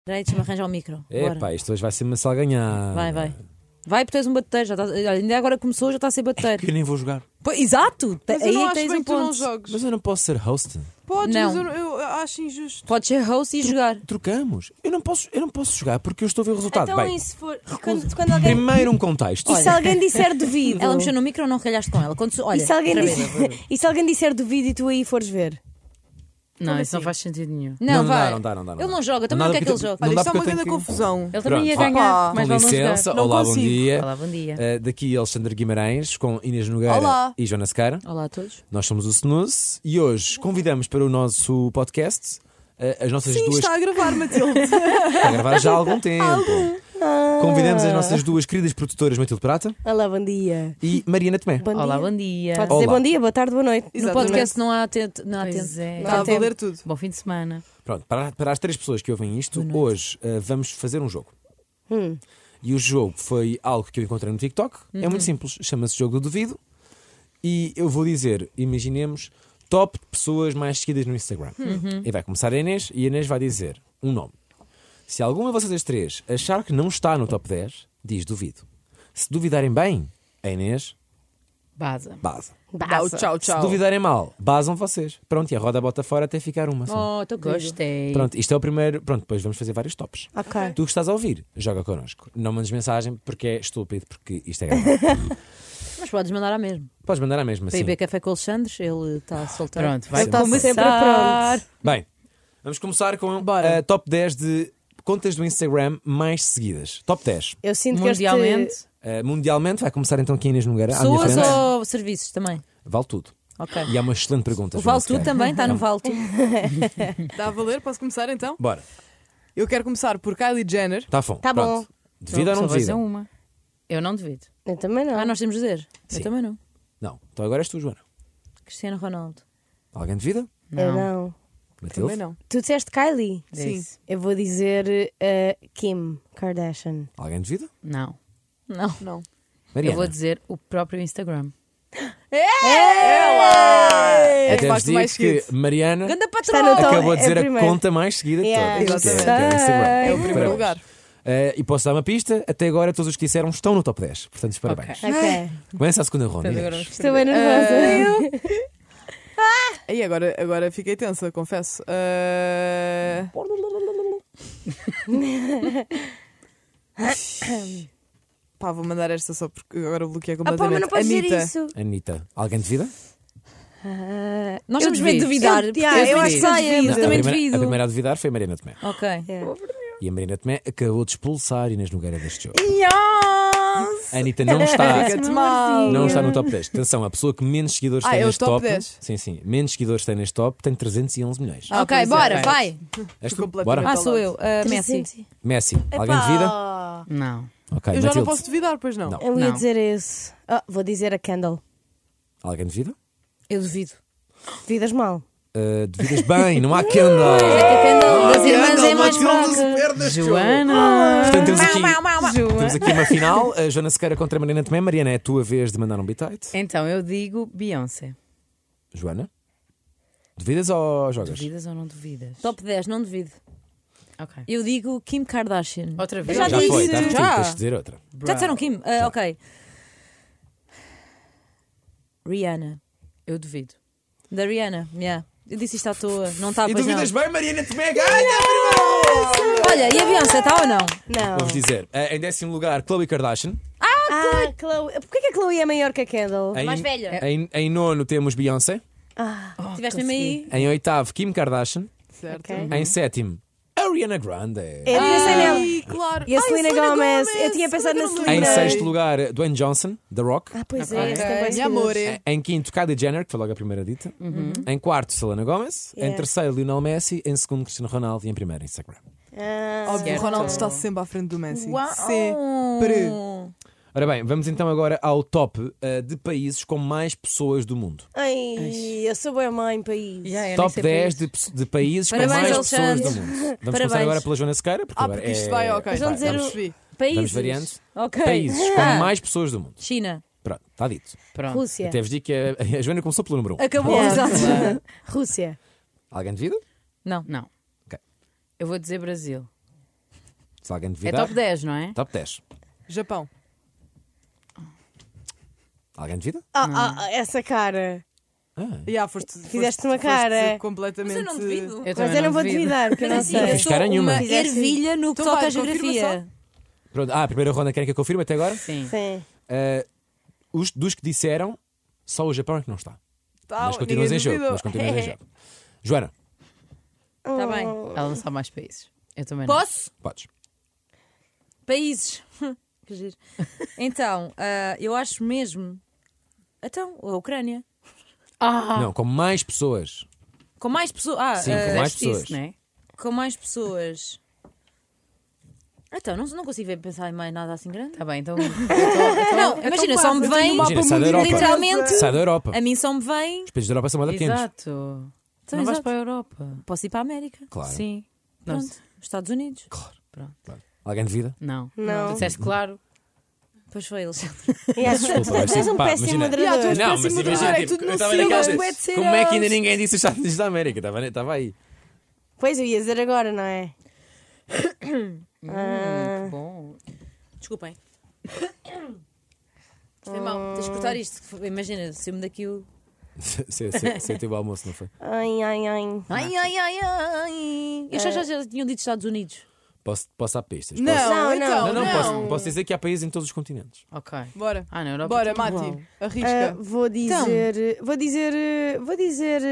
Peraí, deixa-me arranjar o micro. Epá, isto hoje vai ser uma salganhada. Vai. Vai, porque tu és um bateteiro. Já estás... Olha, ainda agora começou, já está a ser bateteiro. Que eu nem vou jogar. Pô, exato! Mas Aí eu não é que acho tens bem um que tu não ponto. jogues. Mas eu não posso ser host. Podes, Não. mas eu acho injusto. Podes ser host e jogar. Trocamos. Eu não posso jogar porque eu estou a ver o resultado. Então, Bem, e se for. Quando alguém. primeiro um contexto. E se alguém disser duvido? Ela mexeu no micro ou não calhaste com ela? Quando... Olha, E se alguém outra disser, vez. e se alguém disser duvido e tu aí fores ver? Não, Como isso não assim? faz sentido nenhum. Não, vai. Não dá. Ele não joga, também Não não dá quer que ele porque- jogue. não Olha, dá isto é porque uma eu grande tenho que- confusão. Ele também ia Pronto, ganhar, vá. mas Com vale não jogar. licença, Não olá, bom consigo. dia. Olá, bom dia. Daqui Alexandre Guimarães com Inês Nogueira Olá. e Joana Sequeira. Olá a todos. Nós somos o Snooze e hoje convidamos para o nosso podcast as nossas Sim, duas. está a gravar, Matilde. Está a gravar já há algum tempo. Convidamos as nossas duas queridas produtoras Matilde Prata Olá, bom dia. e Mariana Tomé. Bom Olá, dia. bom dia. Pode dizer Olá. bom dia, boa tarde, boa noite. No Exatamente. podcast não há atento. Não há Pois atento. é. Está a tempo. valer tudo. Bom fim de semana. Pronto, para as três pessoas que ouvem isto, hoje vamos fazer um jogo. Hum. E o jogo foi algo que eu encontrei no TikTok. É muito simples, chama-se Jogo do Duvido. E eu vou dizer, imaginemos, top de pessoas mais seguidas no Instagram. E vai começar a Inês e a Inês vai dizer um nome. Se alguma de vocês três achar que não está no top 10, diz duvido. Se duvidarem bem, a Inês Baza. basa. Dá o tchau, Se tchau. duvidarem mal, basam vocês. Pronto, e a roda bota fora até ficar uma só. Oh, estou querido. Gostei. Pronto, isto é o primeiro. Pronto, depois vamos fazer vários tops. Ok. Tu que estás a ouvir, joga connosco. Não mandes mensagem porque é estúpido, porque isto é gravado. Mas podes mandar à mesma. Podes mandar a mesma Para ir assim. beber café com o Alexandre, ele está solteiro. Pronto, vai Ele está começar. sempre pronto. Bem, vamos começar com Bora. a top 10 de contas do Instagram mais seguidas. Top 10. Eu sinto Mundialmente. Mundialmente, vai começar então aqui a Inês Nogueira, à minha Pessoas frente. ou serviços também? Vale tudo. Ok. E é uma excelente pergunta. O Joana Vale Tudo Sequeira. também está no Vale Tudo. Está a valer? Posso começar então? Bora, Eu quero começar por Kylie Jenner. está bom. Tá Pronto. bom. Devida ou não Só vai ser devida? uma. Eu não devido. Eu também não. Ah, nós temos de dizer. Sim. Eu também não. Não. Então agora és tu, Joana. Cristiano Ronaldo. Alguém devida? Eu não. Matilde? Também não. Tu disseste Kylie? Sim. Disse. Eu vou dizer Kim Kardashian. Alguém devida? Não. Não. Não. Mariana. Eu vou dizer o próprio Instagram. É de Deves facto dizer mais que seguido. Mariana Ganda Está no patrão! top. acabou de é dizer a primeiro. conta mais seguida de Yeah, todas. exatamente. que é o Instagram. É o primeiro Parabéns. lugar. E posso dar uma pista, até agora todos os que disseram estão no top 10. Portanto, parabéns. Ok. Começa a segunda ronda. Portanto, agora Inês. vamos Estou bem nervosa. Aí agora fiquei tensa, confesso. Pá, vou mandar esta só porque agora bloqueei Ah, pá, mas completamente. não podes dizer Anitta. isso. Anitta, alguém devida? Nós Eu temos medo de devido. duvidar. Eu- porque yeah, eu acho que saia, devido. mas A também primeira, devido. a primeira a duvidar foi a Mariana Tomé. Ok. E a Mariana Tomé acabou de expulsar Inês Nogueira deste jogo. Yes! A Anitta não está, Fica-te mal. não está no top 10. Atenção, a pessoa que menos seguidores Ah, tem é o neste top top. 10. Sim, menos seguidores tem neste top, tem 311 milhões. Ah, Ok, pois é, bora, é. vai. És tu? completamente Bora. Ah, sou eu. Messi. 300. Messi, alguém devida? Epá. Não. Ok, Eu já não Matilde. posso duvidar, pois não. Não. Eu ia Não. dizer esse. Vou dizer a Kendall. Alguém devida? Eu duvido. Vidas mal. Devidas bem, não há Kendall. É que a Kendall das irmãs é mais Matilde se fraca. perde neste jogo. Joana! Portanto, temos aqui, Joana. temos aqui uma final. A Joana Sequeira contra a Mariana Tomé. Mariana, é a tua vez de mandar um bitite. Então, eu digo Beyoncé. Joana, duvidas ou jogas? Duvidas ou não duvidas? Top 10, não duvido. Ok. Eu digo Kim Kardashian. Outra vez? Já Já disse. foi, está repetido, Já. tens de dizer outra. Já disseram Kim? Já. Ok. Rihanna. Eu duvido. Da Rihanna, yeah. Eu disse isto à toa. Não está, E pois não. duvidas bem, Mariana Tomé ganha primeiro! Olha, e a Beyoncé está ou não? Não. Vou-vos dizer, em 10º lugar, Khloe Kardashian. Chloe. Porquê que a Chloe é maior que a Kendall? Em, Mais velha. Em 9º temos Beyoncé. Tiveste mesmo aí? Em 8º, Kim Kardashian. Certo. Ok. Em 7º, Ariana Grande. Eu pensei nela. Ai, claro. E a Ai, Selena Gomez. Gomez. Eu tinha pensado na Selena Selena. Em Gomez. 6º lugar, Dwayne Johnson, The Rock. Pois Ok. é, este é bem Minha amor. Em 5º, Kylie Jenner, que foi logo a primeira dita. Em 4º, Selena Gomez. Em Yeah. 3º, Lionel Messi. Em 2º, Cristiano Ronaldo. E em 1º, Instagram. Óbvio, o Certo. Ronaldo está sempre à frente do Messi. Uau! Sempre. Ora bem, vamos então agora ao top de países com mais pessoas do mundo. Ai, eu sou bem mãe em país. Yeah, eu nem Top sei 10 país. de países Parabéns, com mais pessoas Alexandre. do mundo. Vamos Parabéns. começar agora pela Joana Sequeira. Porque agora Porque isto é... vai, ok. Mas vamos dizer já o- percebi. Países. Vamos variando. Ok. Países com mais pessoas do mundo. China. Pronto, está dito. Pronto. Rússia. Até vos digo que a Joana começou pelo número 1. Acabou, Yeah. exato. Rússia. Alguém de vida? Não. Não. Ok. Eu vou dizer Brasil. Se alguém É duvidar. top 10, não é? Top 10. Japão. Alguém duvida? Essa cara. Fizeste uma cara. Completamente. Mas eu não duvido. Eu Mas também eu não vou duvidar, porque eu não Mas assim, sei. eu fiz sou cara nenhuma. uma Fizeste- ervilha no que Então toca vai, à geografia. Pronto. A primeira ronda querem que eu confirme até agora? Sim. Sim. Dos que disseram, só o Japão é que não está. Tá, Mas continuas ninguém em jogo. duvidou. Mas continuas em jogo. Joana, Está bem. Ela não sabe mais países. Eu também não. Posso? podes. Países. Que giro. Então, eu acho mesmo. Então, a Ucrânia. Não, com mais pessoas. Com mais pessoas. Sim, com mais Fizeste pessoas. isso, não é? Com mais pessoas. Então, não consigo pensar em mais nada assim grande. Tá bem, então. Não, imagina, só me eu tenho vem. um mapa Imagina, sai da mundial. Europa. Literalmente. Sai da Europa. A mim só me vem. Os países da Europa são mais pequenos. Exato. Então, Não vais exato. para a Europa. Posso ir para a América. Claro. Sim. Pronto. Não. Estados Unidos. Claro. Alguém duvida? Não. Não. Tu disseste claro. Pois foi, Alexandre. Desculpa, vai Tu és ser- um pá, péssimo imagina- moderador. Tu és Não, péssimo mas moderador, imagina, é tipo, tudo eu no estava sigilo, naquela não de- é de ser como é que ainda eles. ninguém disse os Estados Unidos da América? Estava aí. Pois eu ia dizer agora, não é? Que bom. Desculpem. Foi mal. Tens de cortar isto. Imagina, se eu me daqui o. Você teve o almoço, não foi? Ai. Ai. Eu já tinham dito Estados Unidos. Posso dar pistas? Não, Não, então. Não, posso dizer que há países em todos os continentes. Ok. Bora. Ah, na Europa. Bora, também. Mati. Arrisca. Vou dizer. Vou dizer.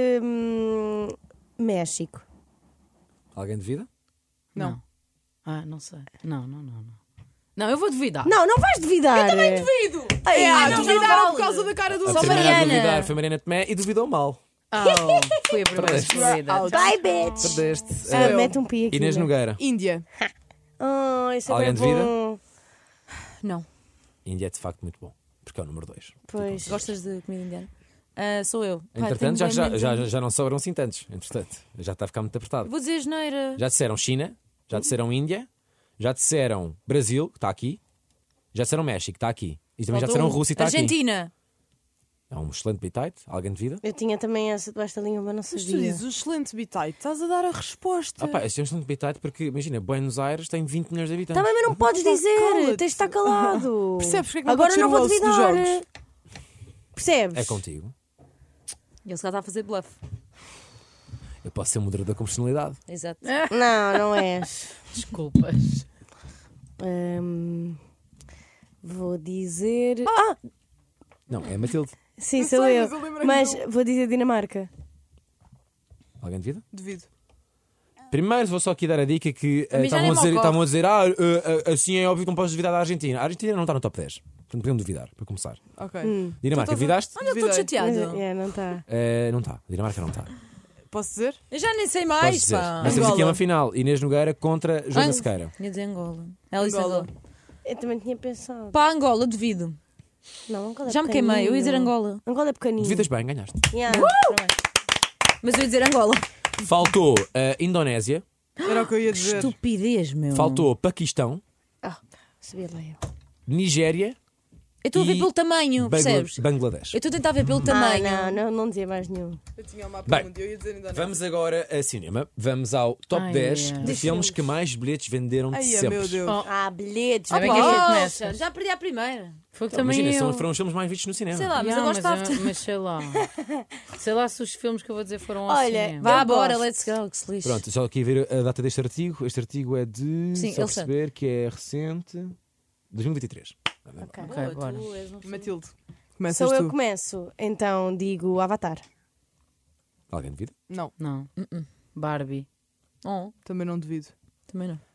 México. Alguém duvida? Não. Ah, não sei. Não. Não, eu vou duvidar. Não vais duvidar. Duvido! Ai, Ah, não duvidaram vale. por causa da cara do A Só primeira a Mariana. duvidar foi Mariana Tomé e duvidou mal. Oh, fui a primeira Perdeste. escolhida. Out. Bye, bitch. Perdeste. Mete um pi aqui. Inês né? Nogueira. Índia. Oh, isso é Alguém bem duvida? bom. Não. Índia é de facto muito bom. Porque é o número 2. Pois. Gostas de comida indiana? Sou eu. Pá, Entretanto, tenho bem medo. já não sobram assim tantos. Entretanto, já está a ficar muito apertado. Vou dizer geneira. Já disseram China, já disseram Índia, já disseram Brasil, que está aqui, já disseram México, que está aqui. E também já Faltou disseram um. Rússia, que está aqui. Argentina. É um excelente bitite. Alguém duvida? Eu tinha também essa debaixo da língua, mas não Mas tu sabia. dizes o excelente bitite. Estás a dar a resposta. Ah pá, este é um excelente bitite porque, imagina, Buenos Aires tem 20 milhões de habitantes. Também, mas não podes Pá, dizer. cala-te. Tens de estar calado. Percebes porque é que não Agora podes ser não o vou host dos duvidar. jogos? Percebes? É contigo. Ele se calhar está a fazer bluff. Eu posso ser moderador com personalidade. Exato. Não és. Desculpas. Vou dizer. Não, é a Matilde. Sim, Eu sou sei, eu. mas eu lembrei-me Mas do- vou dizer Dinamarca. Alguém duvida? Duvido. Primeiro vou só aqui dar a dica que A mim já estavam nem a me dizer, ocorre. estavam a dizer assim é óbvio que não podes duvidar da Argentina. A Argentina não está no top 10. Portanto, podemos duvidar, para começar. Ok. Dinamarca, Então, duvidaste? Olha, eu estou Duvidei. Mas, chateada. não está. Não está. Dinamarca não está. Posso dizer? Eu já nem sei Podes mais, dizer. pá. Mas temos aqui Angola. uma final. Inês Nogueira contra Joana Ah, Sequeira. Ia dizer Angola. Ela disse Angola. Angola. Eu também tinha pensado. Pá, Angola, duvido. Não, Angola é Já me queimei. Eu ia dizer pequenino. Angola. Angola é pequenino. Duvidas bem, ganhaste. Yeah. Mas eu ia dizer Angola. Faltou a Indonésia. Era o que eu ia Que dizer. estupidez, meu. Faltou Paquistão, Sabia lá eu. Nigéria Eu estou a ver e pelo tamanho, percebes? Bangladesh. Eu estou a tentar ver pelo tamanho. Não dizia mais nenhum. Eu tinha o mapa Bem, mundial. Eu ia dizer Indonésia. Vamos agora a cinema. Vamos ao top Ai, 10 ai. de filmes que mais bilhetes venderam de Ai, sempre. meu Deus. Bilhetes. Ainda bem Ah, que a gente pá, começa. já perdi a primeira. Foi que Então, também imagina, eu. foram os filmes mais vistos no cinema. Sei lá, mas Yeah, eu gosto de mas sei lá. Sei lá se os filmes que eu vou dizer foram ao Olha, cinema. Vá, Eu bora, gosto. let's go, que se lixe. Pronto, só aqui ver a data deste artigo. Este artigo é de. Sim, só ele sabe. perceber que é recente. 2023. Ok. Ok, Boa, bora. tu és um filho. Matilde. Começas Sou eu tu. que começo. Então digo Avatar. Alguém duvida? Não, Não. Barbie. Oh, também não duvido. também não.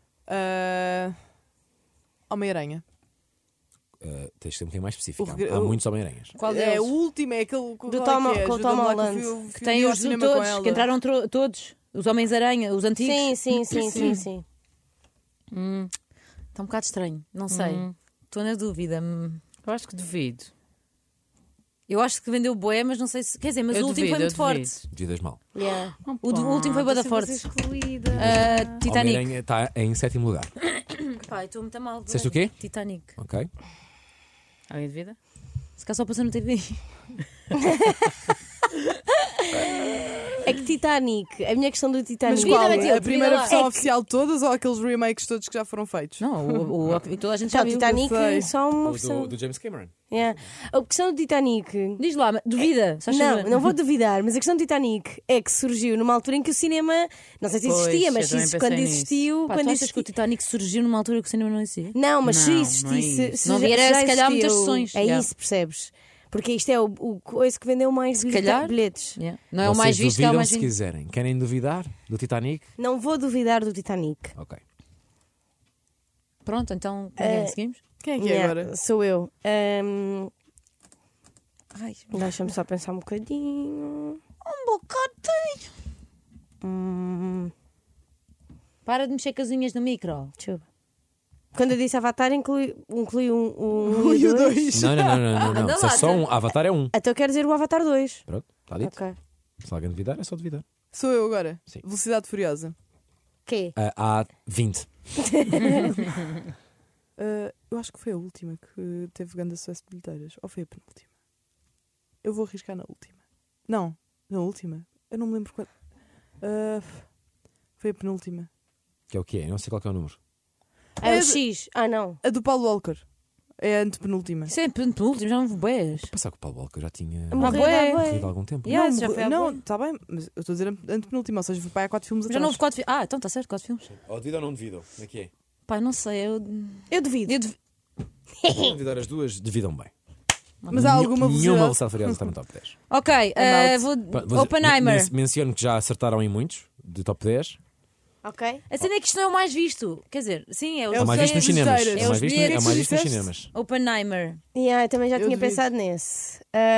Homem-Aranha. Tens de ser um bocadinho mais específico. O regre- Há o- muitos Homem-Aranhas. Qual É deles? o último, é aquele qual é Tom- que é? com o Ajuda-me Tom lá que eu Holland. fui- fui Que tem ao os de cinema com todos, ela. que entraram todos. Os Homens-Aranha, os antigos. Sim. Está um bocado estranho, não sei. Estou na dúvida. Eu acho que duvido. Eu acho que vendeu bué, mas não sei se. Quer dizer, mas Eu o último duvido, foi muito eu duvido. forte. Duvidas mal. Yeah. O último foi bué da forte. Titanic. Homem-Aranha está em sétimo lugar. Pá, eu estou muito a mal. Disseste o quê? Titanic. Ok. Alguém duvida? Se calhar só passou no TV. É que Titanic, a minha questão do Titanic. Mas qual? Matilde, A primeira diga lá. versão oficial de todas ou aqueles remakes todos que já foram feitos? Não, toda a gente já Já o viu. Titanic sei. só uma O versão. do James Cameron. Yeah. A questão do Titanic. Diz lá, duvida. só Não, favor. não vou duvidar, mas a questão do Titanic é que surgiu numa altura em que o cinema, não sei se Pois, existia, mas eu também se quando pensei nisso. existiu, Pá, quando tu achas que existia. o Titanic surgiu numa altura que o cinema não existia? Não, mas se Não, existisse, não é isso. se Não já- havia, já se calhar, existiu, muitas sessões. É Yeah. isso, percebes? Porque isto é o coisa que vendeu mais calhar. bilhetes. Yeah. Não é o Vocês mais visto, é o duvidam mais se visto. quiserem. Querem duvidar do Titanic? Não vou duvidar do Titanic. Ok. Pronto, então seguimos? Quem é que é Yeah, agora? sou eu. Ai, Deixa-me só pensar um bocadinho. para de mexer com as unhas no micro. Deixa eu ver. Quando eu disse Avatar, inclui um E e o o dois. 2. Não. Anda Se é lá, só um, Avatar é um. Então eu quero dizer o Avatar 2. Pronto, está dito. Ok. Se alguém duvidar, é só duvidar. Sou eu agora. Sim. Velocidade Furiosa. Quê? Há 20. Eu acho que foi a última que teve grande sucesso de bilheteiras. Ou foi a penúltima? Eu vou arriscar na última. Não, na última. Eu não me lembro quando. Foi a penúltima. Que é o que é? Eu não sei qual que é o número. É É o de- X. Ah, não. A do Paulo Walker. É a antepenúltima. Isso é penúltimo, já não vou beijo. Passar que o Paulo Walker já tinha Morreu bué. há bué. morrido há algum tempo. Yeah, não, já foi há não, bué. está bem, mas eu estou a dizer a antepenúltima, ou seja, foi para aí há 4 filmes Já atrás. não houve 4 filmes. Ah, então está certo, 4 filmes. Ou duvidam ou não duvidam? Como é que é? Pai, não sei. Eu duvido. Se não duvidar as duas, duvidam bem. Mas há alguma Nenhuma velocidade? velocidade furiosa está no top 10. Ok, out. Pá, vou dizer, Oppenheimer. Menciono que já acertaram em muitos, de top 10. Ok. A cena é que isto não é o mais visto. Quer dizer, sim, é o É o mais mais visto nos visto nos cinemas. bilheteiros. É o mais os visto bilhetes. nos Disseste? cinemas. Oppenheimer. Yeah, eu também já Eu tinha duvido. pensado nesse.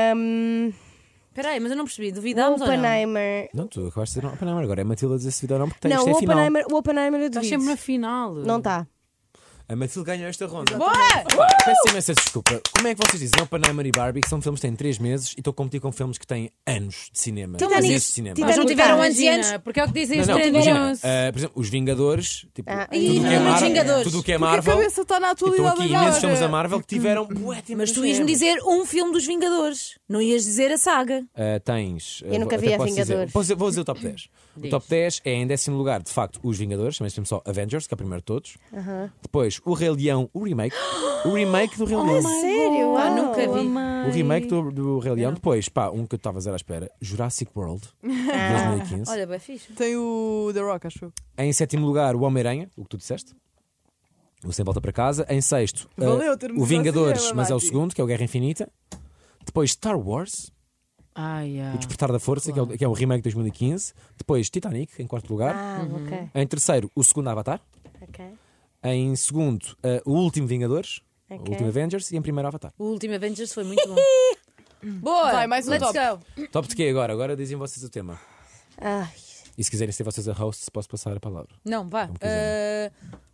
Espera aí, mas eu não percebi. O Duvidámos ou não? Oppenheimer. Não, tu acabaste de dizer Oppenheimer. Agora é a Matilde a dizer se duvidar ou não, porque Não, isto é o final. Oppenheimer eu Estás duvido. sempre na final. Não está. A Matilde ganhou esta ronda. Boa! Pá, peço imensa desculpa. Como é que vocês dizem Oppenheimer e Barbie, que são filmes que têm 3 meses e estou a competir com filmes que têm anos de cinema? Titanic. Meses de cinema. Titanic. Mas não tiveram anos e Imagina, anos. porque é o que dizem Não, os não, três imagina, anos. por exemplo, os Vingadores, tipo, Ah, tudo e o que é os Marvel, Vingadores. tudo o que é Porque a Marvel, cabeça está na eu estou atualidade aqui imensos agora. filmes da Marvel que tiveram bué tempo Mas no tu ias-me cinema. dizer um filme dos Vingadores. Não ias dizer a saga. Tens. Eu nunca até vi a posso dizer- Vingadores. Vou dizer o top 10. O top 10 é em 10º lugar, de facto, os Vingadores, chama-se mesmo só Avengers, que é o primeiro de todos. Depois, o Rei Leão, o remake. O remake do Rei Leão. Sério? Ah, Uau. nunca vi. O remake do Rei Leão. Depois, pá, um que eu estava a zero à espera, Jurassic World, de 2015. Olha, bem fixe. Tem o The Rock, acho eu. Em 7º lugar, o Homem-Aranha, o que tu disseste. O Sem Volta para Casa. Em 6º, Valeu ter-me o dito Vingadores, assim, mas é o Mati. segundo, que é o Guerra Infinita. Depois, Star Wars, o Despertar da Força, que é o remake de 2015. Depois, Titanic, em 4º lugar. Ah, ok. Em 3º, o segundo Avatar. Ok. Em 2º, o último Vingadores, o Ok. último Avengers. E em 1º, Avatar. O último Avengers foi muito bom. Boa! Vai, mais um Let's top. go. Top de quê agora? Agora dizem vocês o tema. Ai. E se quiserem ser vocês a host, posso passar a palavra. Não, vá. Como quiserem.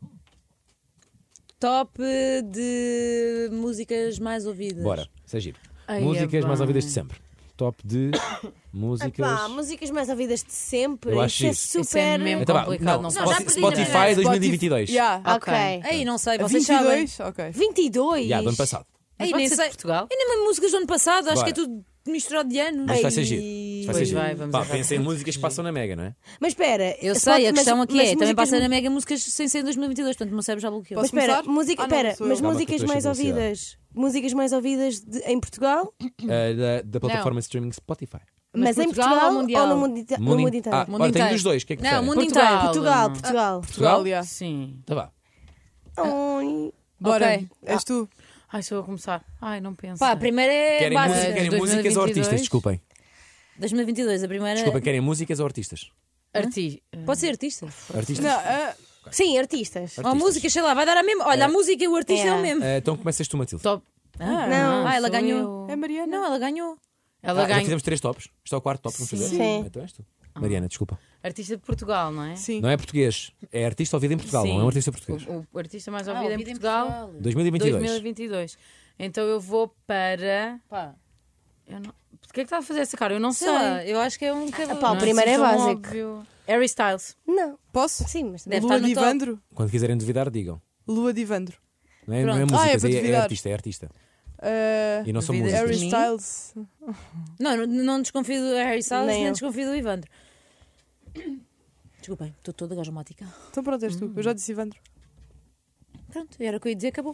Top de músicas mais ouvidas. Bora, isso é giro. Ai, Músicas é mais bem. ouvidas de sempre. Top de músicas. Epá, músicas mais ouvidas de sempre. Eu acho isso é isso. Isso é super. mesmo Então vá, complicado, não, não já perdi, Spotify na verdade. 2022. Yeah. Ok. Ei, não sei, A vocês sabem. 22? Ok. 22? Yeah, do ano passado. Mas Ei, pode nem ser sei. de Portugal? E nem mesmo músicas do ano passado, acho Bora. que é tudo misturado de anos. Mas vai ser Ai. giro. Vai ser Pois giro. vai, vamos Pá, errar. pensem em músicas que passam na Mega, não é? Mas espera. Eu pode- sei, a mas- questão aqui mas é, também músicas- passa na Mega músicas sem ser em 2022, portanto o meu cérebro já bloqueou. Mas Posso espera, começar? música, Ah, não, espera, sou eu. mas Calma, músicas que eu estou mais a chegar a ouvidas. Músicas mais ouvidas em Portugal, Da plataforma de streaming Spotify. mas em Portugal Portugal ou mundial? no mundo, no mundo inteiro? Ah, Mundo olha, tem inteiro. dos dois. O que é que Não, preferem? mundo Portugal. inteiro. Portugal, não. Portugal. Portugal, yeah. Sim. Tá vá. Ai. Bora, Ok. és tu. Ai, sou eu a começar. Ai, não penso. Pá, a primeira é Querem, básica. música, querem 2022? músicas ou artistas? Desculpem. 2022, a primeira. Desculpem, querem músicas ou artistas? Artista. Pode ser artista. Artistas? Não, Sim, artistas. Ou música, sei lá, vai dar a mesma. Olha, a música e o artista é o mesmo. Então começas tu, Matilde. Top. Não. Ah, ela sou ganhou. eu. é Mariana. Não, ela ganhou. Ela Já ganha. fizemos 3 tops. Isto é o 4º top. Vamos fazer? Sim. Então és tu. Mariana, desculpa. Artista de Portugal, não é? Sim. Não é português. É artista ouvido em Portugal, Sim. não é um artista português. O artista mais ouvido em Portugal, 2022. 2022. Então eu vou para. Pá, Eu não... O que é que está a fazer essa cara? Eu não sei. sei lá, eu acho que é um. pá, Não o primeiro assim é tão básico. óbvio. Harry Styles. Não. Posso? Sim, mas Deve Lua estar de no top. Ivandro. Quando quiserem duvidar, digam. Lua de Ivandro. Não é Pronto. música, Ah, é para é duvidar. artista, é artista. E não são Duvidas músicas. de mim? Harry Styles. Não desconfio do Harry Styles, Nem nem eu. desconfio do Ivandro. Desculpem, estou toda gajomática. Então pronto, és tu. Eu já disse Ivandro. Pronto, era o que eu ia dizer, acabou.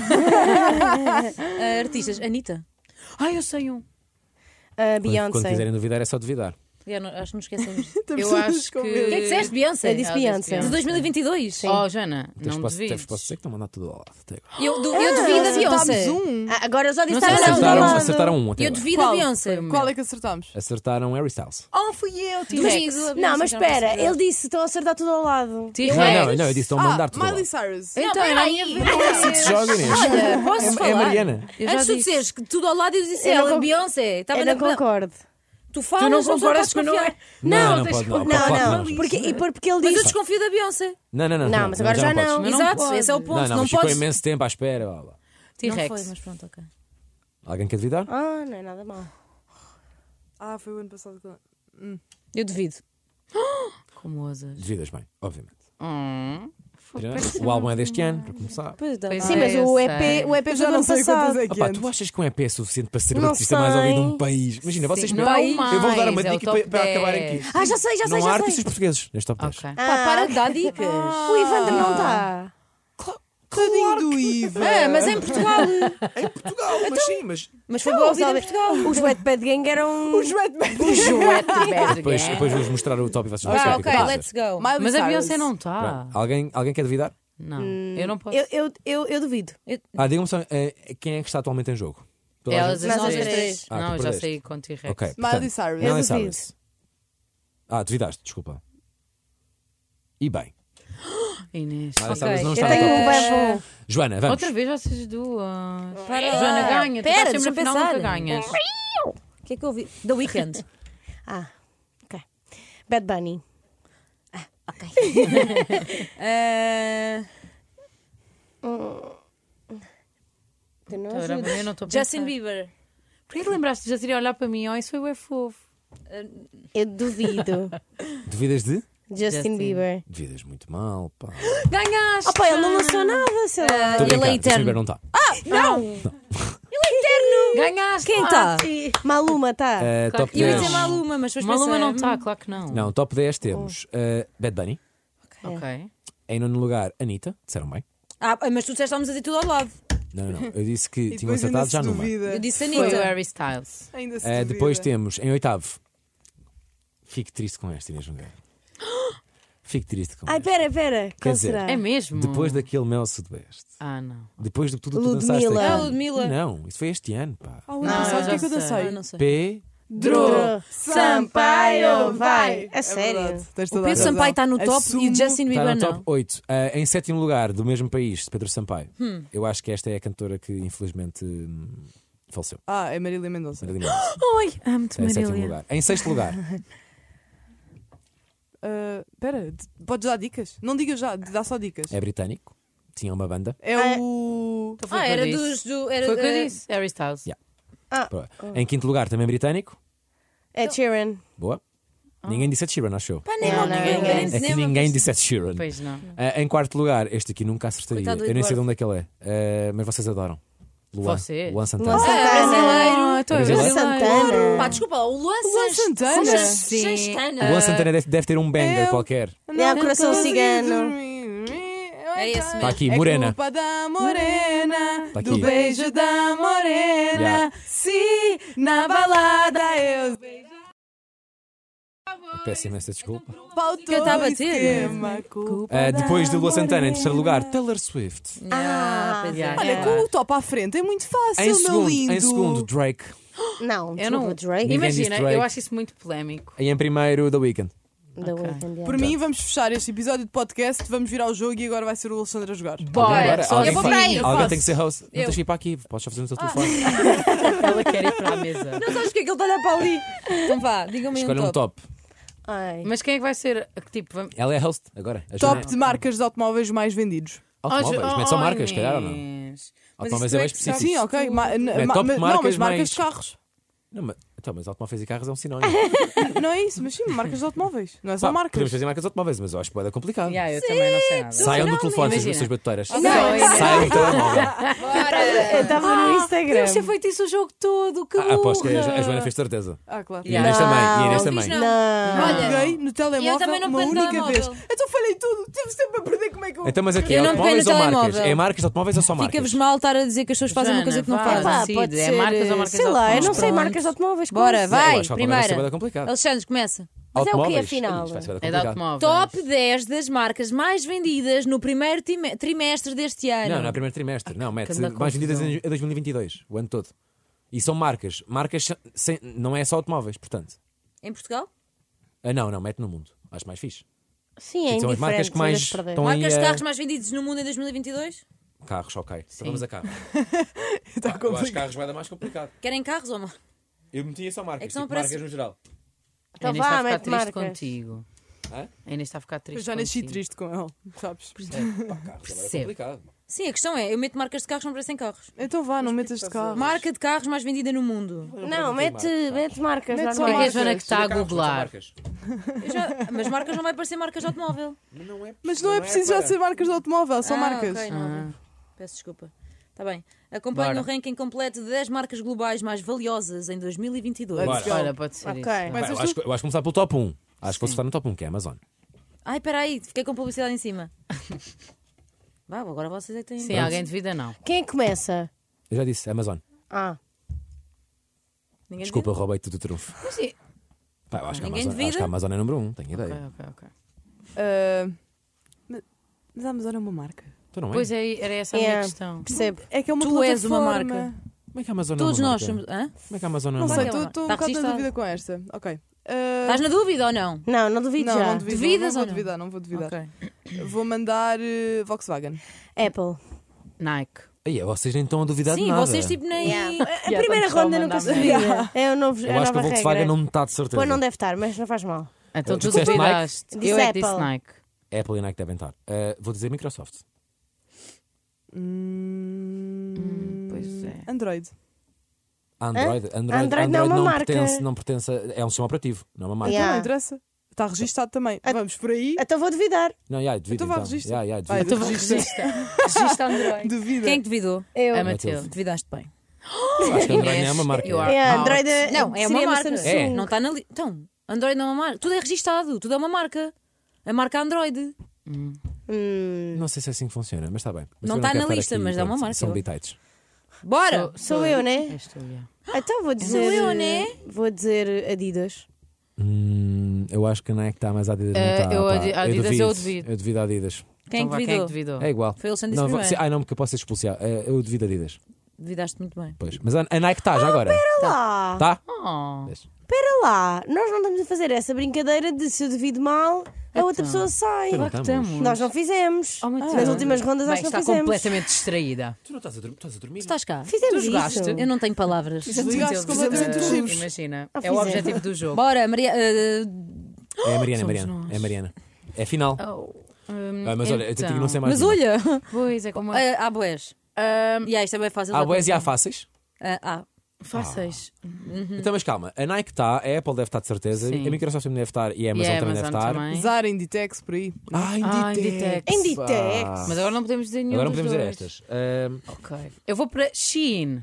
Artistas, Anitta. Ai, eu sei um. Quando Beyoncé. quiserem duvidar, é só duvidar. Acho que nos esquecemos. Eu acho que. O que é que disseste, Beyoncé? Eu disse Ela disse Beyoncé. De 2022? Oh, Jana, Posso não duvides. dizer que estão a mandar tudo ao lado. Até agora. Eu duvido a Beyoncé. Acertámos um. Agora eu só disse Não sei, estava não. do Acertaram, lado. acertaram um até Eu agora. duvido a Qual? Beyoncé. Qual é que acertámos? Acertaram Harry Styles. Oh, fui eu, Duvido a Beyoncé. Não, mas que eu não espera, posso ele disse estão a acertar tudo ao lado. Não, eu disse, estão a mandar tudo ao Miley lado. Cyrus. Então, era a minha vez. Se joga, Inês. Olha, posso É falar? a Mariana. Eu já Antes de tu disse. disseres que tudo ao lado, eu disse Eu não ela, con- Beyoncé. Estava Eu na... não concordo. Tu falas, Tu não só concordas podes que não confiar. é? Não, tens pode que não. confiar. Claro que Não, não. porque ele Mas eu disse. desconfio da Beyoncé. Não, mas agora já podes. não. Mas não Exato, pode. esse é o ponto. Não, mas ficou podes... imenso tempo à espera. Blá, blá. Não foi, T-Rex. mas pronto, ok. Alguém quer duvidar? Ah, não é nada mal. Foi o ano passado. Eu duvido. Como ousas. Duvidas bem, obviamente. Foi O álbum é deste ano, para começar. Pois dá. Pois Sim, é, mas eu o sei. EP Eu foi já do não ano sei quantas passado. é que Opa, antes. tu achas que um EP é suficiente para ser o Não artista mais ouvido de um sei. país? Imagina, vocês Sim, me- não, eu vou dar uma mais, é o dica top para acabar 10. aqui. Ah, já sei, Não há artistas já sei. portugueses neste top 10. Ok. Pá, para de dar dicas. O Ivandro não está. Tadinho do Iva. Mas é em Portugal. Em Portugal, mas sim, mas Mas foi boa ouvida em Portugal. Os Wet Bad Gang eram. Os Red Bad. depois vou-vos mostrar o top e vocês vão Ah, perceber o que ok, eu quero let's dizer. go. Miley Mas a Cyrus. Beyoncé não está. Pronto. Alguém quer duvidar? Não, eu não posso. Eu duvido. Digam-me só quem é que está atualmente em jogo. Toda a Elas gente? as Nós as três. três. Ah, Não, tu eu já perdeste. saí com T-Rex. Ok. Miley portanto, Cyrus. Miley Eu Cyrus. Duvidaste, desculpa. E bem, Inês. Miley Ok. Cyrus não Eu está no tenho top um 10. bem bom. Joana, vamos. Outra vez vocês duas. Para. Joana ganha. Tu Pera, estás sempre deixa-me no final, nunca pensar. ganhas. O que é que eu ouvi? The Weeknd. Ok. Bad Bunny. Tu não Agora, ajudas. eu não estou a Justin pensar. Bieber. Porquê que lembraste de já ter a olhar para mim? Oh, isso foi bué fofo. Eu duvido. Duvidas de? Justin Bieber. Duvidas muito mal, pá. Ganhaste! Opa, ele não lançou nada, sei lá. Estou a ele é brincar, Justin eterno. Bieber não está. Ganhaste! Quem está? Maluma, tá? Top Eu ia 10. dizer Maluma, mas depois Maluma pensei, não está, claro que não. Não, top 10 temos Bad Bunny. Ok. Em nono lugar, Anitta. Disseram bem. mas tu disseste estávamos a dizer tudo ao lado. Não. Eu disse que E tinham depois ainda acertado se já numa. duvida. Eu disse Foi o Anitta. Harry Styles. Ainda se duvida. Depois temos em oitavo. Fico triste com esta, Inês Nogueira. Fico triste com Ai, esta. pera. Quer Qual dizer, será? É mesmo? Depois daquele Mel Sudoeste. Ah, não. Depois de tudo que tu Ludmilla. dançaste aqui. Ah, Ludmilla. Não, isso foi este ano, pá. O ano Não, passado, o que é que eu já sei. dancei? Não sei. P. Dro Sampaio, vai. É sério. verdade, tens O toda a Pedro razão. Sampaio está no top Assumo. e o Justin Está Bieber no não. top 8. Em sétimo lugar, do mesmo país, Pedro Sampaio. Eu acho que esta é a cantora que infelizmente faleceu. É Marília Mendonça. Marília Mendonça. Oi, amo-te, Está em sétimo Marília. lugar. Em sexto lugar, Espera, podes dar dicas? Não digas já, dá só dicas. é britânico. Tinha uma banda. É o. Então foi o que eu Era disse. era, Foi o que eu disse. Harry Styles. Yeah. Em quinto lugar, também britânico. Ed Sheeran. Boa. Ninguém disse Ed Sheeran, achou? Pá, nem Não, ninguém. não, ninguém. É que ninguém disse Ed Sheeran. Pois não. Em quarto lugar, este aqui nunca acertaria. Coitado do Eu nem sei de Eduardo. onde é que ele é. Mas vocês adoram. Luan. Vocês? Luan Santana. Luan brasileiro. Santana. então é Brasileiro? brasileiro. Pá, desculpa, o Luan Santana. Santana. Luan Santana deve ter um banger qualquer. É o coração cigano. É esse Está mesmo. aqui, Morena. É culpa da morena, Tá do aqui. beijo da morena. Yeah. Se na balada eu Peço imensa desculpa. faltou Que eu estava a bater. esquema, culpa Depois de da Luan Santana, em terceiro lugar, morena. Taylor Swift. Pois é. yeah. Olha, com o top à frente é muito fácil, Em meu lindo. segundo, Drake. Não, Eu não. Drake. Ninguém Imagina, disse Drake. eu acho isso muito polémico. E em primeiro, The Weeknd. The Ok. Weeknd, yeah. Por mim, vamos fechar este episódio de podcast, vamos virar ao jogo e agora vai ser o Alexandre a jogar. Bora! Alguém eu vou para aí, eu Alguém faço. tem que ser host. Não Eu. tens que ir para aqui. Podes só fazer no teu telefone. Ela quer ir para a mesa. Não sabes o que é que ele está a olhar para ali? Então vá, digam-me Escolha um top. Ai. Mas quem é que vai ser? Tipo, vamos... Ela é host agora. A Top Joana. de marcas de automóveis mais vendidos. Automóveis. Mete só marcas, se calhar ou não? Inês. Mas Automóveis isso é não bem que específico. Sim, ok. top Não, marcas mas marcas mais- de carros. Não, mas Então, mas automóveis e carros é um sinónimo. Não é isso, mas sim, marcas de automóveis. Não é só Pá, marcas. podemos fazer marcas de automóveis, mas eu acho que pode ser complicado. Yeah, eu também não sei nada. Saiam do telefone, Imagina. suas batuteiras. Não, Saiam do telemóvel. Eu estava no Instagram. Deves ter feito isso o jogo todo. Que Aposto que a burra. Joana fez certeza. Claro. E a Inês também. E a Inês Não também. fiz, não. Não. Olha, Peguei no telemóvel eu também não uma peguei no única vez. telemóvel. Então falhei tudo. Tive sempre a perder como é que eu. Então, mas aqui, Eu não peguei automóveis no ou marcas? telemóvel. É marcas de automóveis ou só marcas? Fica-vos mal estar a dizer que as pessoas fazem uma coisa que não Joana, fazem. vá. Pá, pode Decide, é ser. marcas ou marcas sei lá, eu não sei Pronto. marcas de automóveis. Bora, quase. vai, Eu acho que automóveis deve ser primeira. bué complicado. Alexandre, começa. Mas é o quê, Automóveis? afinal? Isto vai ser bué É de complicado. automóveis. Top 10 das marcas mais vendidas no primeiro trimestre deste ano. Não é primeiro trimestre. Não, mete Cada mais vendidas confusão. em 2022, o ano todo. E são marcas. Marcas não é só automóveis, portanto. Em Portugal? Não, mete no mundo. Acho mais fixe. Sim, é São as marcas indiferente. que mais se perder. estão Marcas de aí a... carros mais vendidos no mundo em 2022? Carros, ok. Então vamos a carro. Está Eu acho complicado. que carros vai dar mais complicado. Querem carros ou não? Eu metia só marcas, É que são tipo, parece- marcas no geral. Então A Inês está vá, a ficar mete triste marcas. contigo. Hã? A Inês está a ficar triste Eu já nasci contigo. triste com ele, sabes? Pá, carros agora é Percebo. complicado. Sim, a questão é, eu meto marcas de carros, não parecem carros. Então vá, não metas de carro. Marca de carros mais vendida no mundo. Não, mete marcas. Mete só O que é que a normais. Joana que está a Carros, não são googlar? marcas. Mas marcas não vai parecer marcas de automóvel. Mas não é preciso já ser marcas de automóvel, são marcas. Ok, não Ah. ouvi. Peço desculpa. Está bem. Acompanhe Bora. o ranking completo de 10 marcas globais mais valiosas em 2022. Let's go. Olha, pode ser Ok. isso. Mas Pá, eu és acho tu? que vamos começar pelo top 1. Acho que vou estar no top 1, que é a Amazon. Ai, espera aí, fiquei com publicidade em cima. Vá, agora vocês é que têm. Sim, alguém de vida não. Quem é que começa? Eu já disse, Amazon. Ah, Ninguém Desculpa, eu roubei tudo o trunfo. Mas sim. Pá, eu acho que, a Ninguém Amazon, duvida? acho que a Amazon é número 1, tenho Ok, ideia. ok. Mas a Amazon é uma marca. Tu não é? Pois é, era essa a minha Yeah. questão. percebo. É que é uma Tu és uma plataforma. marca. Como é que a Amazon Todos é uma nós marca? somos. Hã? Como é que a Amazon é Não uma sei, marca? Marca. estou um Tá bocado na registado. dúvida com esta. Ok. Estás na dúvida ou não? Não duvido Não, já. não duvido. Duvidas não ou vou não? duvidar, não vou duvidar. Ok. Vou mandar Volkswagen. Apple. Nike. Aí, vocês nem estão a duvidar de Sim, nada. vocês tipo nem. A primeira estamos só a ronda nunca mandar se merda. duvida. É o novo, Eu a acho que a nova Volkswagen regra. não está de certeza. Pois não deve estar, mas não faz mal. Então Tu tu disseste duvidaste. Nike? Eu é que Disse disse Apple. Nike. Apple e Nike devem estar. Vou dizer Microsoft. Pois é. Android. Android Android não é uma marca. não pertence. É um sistema operativo, não é uma marca. Yeah. Não interessa. Está registado também. Vamos por aí. Então vou duvidar. Não, devido. Então vá, registra. devido. Vai, Então registra. Regista Android. Duvida. Quem é que duvidou? Eu. A Matilde. Matilde. Duvidaste bem. Acho que Android Inês, nem é uma marca. you are É, out. Android Não, é uma seria marca. Samsung. É. Não está na lista. Então, Android não é uma marca. Tudo é registado, tudo é uma marca. A marca Android. Não sei se é assim que funciona, mas está bem. Mas Não também está quero na estar lista, aqui, mas é uma pronto, marca. São bitites. Bora! Sou eu, né? És tu, yeah. Então vou dizer. eu, né? Vou dizer Adidas. Eu acho que a Nike está, mas a Adidas não está. eu pá. Adidas eu duvido. Eu devido a Adidas. Quem é Então que vá, quem é duvidou? que duvidou? É igual. Foi o Alexandre Não, disse primeiro. não, porque eu posso ser expulsado. Eu devido a Adidas. Duvidaste muito bem. Pois. Mas a Nike está já agora. Lá. Tá? Oh. Espera lá. Nós não estamos a fazer essa brincadeira de se eu duvido mal, a outra pessoa sai. Não Claro que estamos. estamos. Nós não fizemos. Oh, Matilde. Nas últimas rondas Bem, acho que está não fizemos. completamente distraída. Tu não estás a dormir? Estás a dormir? Tu estás cá? Fizemos Tu jogaste? isso. Eu não tenho palavras. Desligaste completamente os livros. Imagina, Ah, é o fizemos. objetivo do jogo. Bora, Maria. É a Mariana, Somos Mariana. nós. É a Mariana. É a final. Oh, Mas olha, eu tenho que não sei mais. Mas nenhuma. olha, Pois é como. há boés. E isto é bem fácil. Há dá boas e para- há fáceis. Há. Fáceis. Então, mas calma. A Nike está, a Apple deve estar de certeza, Sim. a Microsoft também deve estar e a Amazon E a também deve Amazon estar. também. Zara, Inditex, por aí. Inditex. Inditex. pá. Mas agora não podemos dizer nenhum Agora não dos podemos dizer dois. estas. Ok. Eu vou para Shein.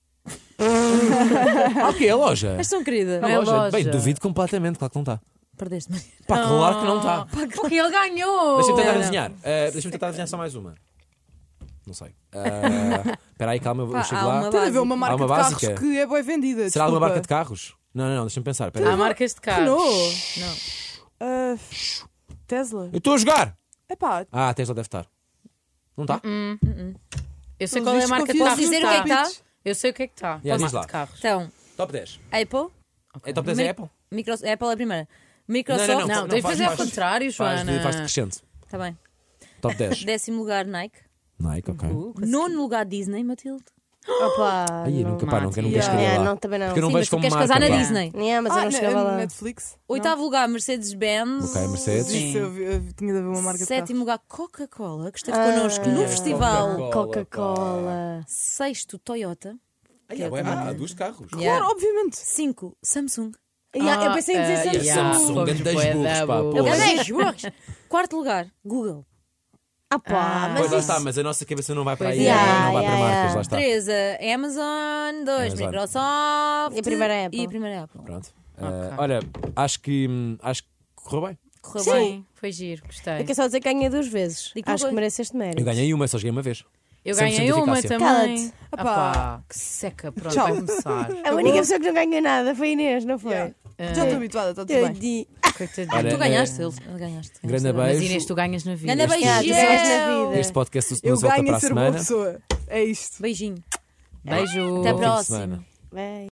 Ok, a loja. És tão querida. Não é loja. Bem, duvido completamente, claro que não está. Perdeste, Maria. Pá, claro que não está. Porque ele ganhou. Deixa-me tentar Não. desenhar. Deixa-me tentar desenhar só mais uma. Não sei. Espera aí, calma, eu Pá, chego há lá. uma Tem a ver uma Há marca uma de carros básica? que é boa vendida. Será alguma desculpa. marca de carros? Não, deixa-me pensar. Espera Há aí. marcas de carros. Renault. Não. Ah, Tesla. Eu estou a jogar! Epá, Ah, a Tesla deve estar. Não está? Eu sei pelos qual é a vistos, marca de confio carros. dizer que o que é que está. está? Eu sei o que é que está. Yeah, diz Marca lá. de carros. Então, Top 10. Apple. É top 10 é Apple? Apple é a primeira. Microsoft. Não, Não, tens de fazer ao faz- contrário, Faz Joana. faz decrescente. Está bem. Top 10. 10º lugar, Nike. Nike, ok. Nono lugar, Disney, Matilde. Opa. Aí, não. nunca, pá, nunca Yeah. cheguei Yeah, lá. não, também não. Porque eu não Sim, mas vejo tu como queres marca. casar na pá. Disney. Yeah, mas eu não chegava lá. Netflix. Oitavo lugar, Mercedes-Benz. Ok, Mercedes. Sim. Isso, eu tinha de haver uma marca de carros. Sétimo lugar, Coca-Cola, que esteve connosco no festival. Coca-Cola. Coca-Cola. Sexto, Toyota. Há 2 carros. Yeah. Claro, obviamente. 5, Samsung. Eu pensei em dizer yeah. Samsung. Samsung, Fomos grandes bué burros, da pá, burros. porra. Grandes burros. Quarto lugar, Google. Ah pá, Pois mas lá isso... está, mas a nossa cabeça não vai para aí, Pois é. não vai para Yeah, marcas, yeah. lá está. 3, Amazon. 2, Amazon. Microsoft. E a primeira Apple. E a primeira Apple. Pronto. Ok. Olha, acho que correu bem. Correu Sim, bem. foi giro, gostei. Eu quero só dizer que ganhei 2 vezes. Digo Acho uma que mereço este mérito. Eu ganhei uma, só joguei uma vez. Eu 100% ganhei de uma eficácia. também. Cala-te. Pá, que seca, pronto, Tchau. vai começar. A única pessoa que não ganhou nada foi a Inês, não foi? Yeah. Ah, Já estou habituada, está tudo Eu bem. di- coitadinho. Olha, Tu ganhaste, ele ganhaste. Grande Mas beijo. Inês, tu ganhas na vida. Grande Ah, tu ganhas na beijinho. vida. Este podcast Eu nos volta ganho para a a ser boa semana. pessoa. É isto. Beijinho. Beijo. Até a Bom fim de próxima. semana. Bem.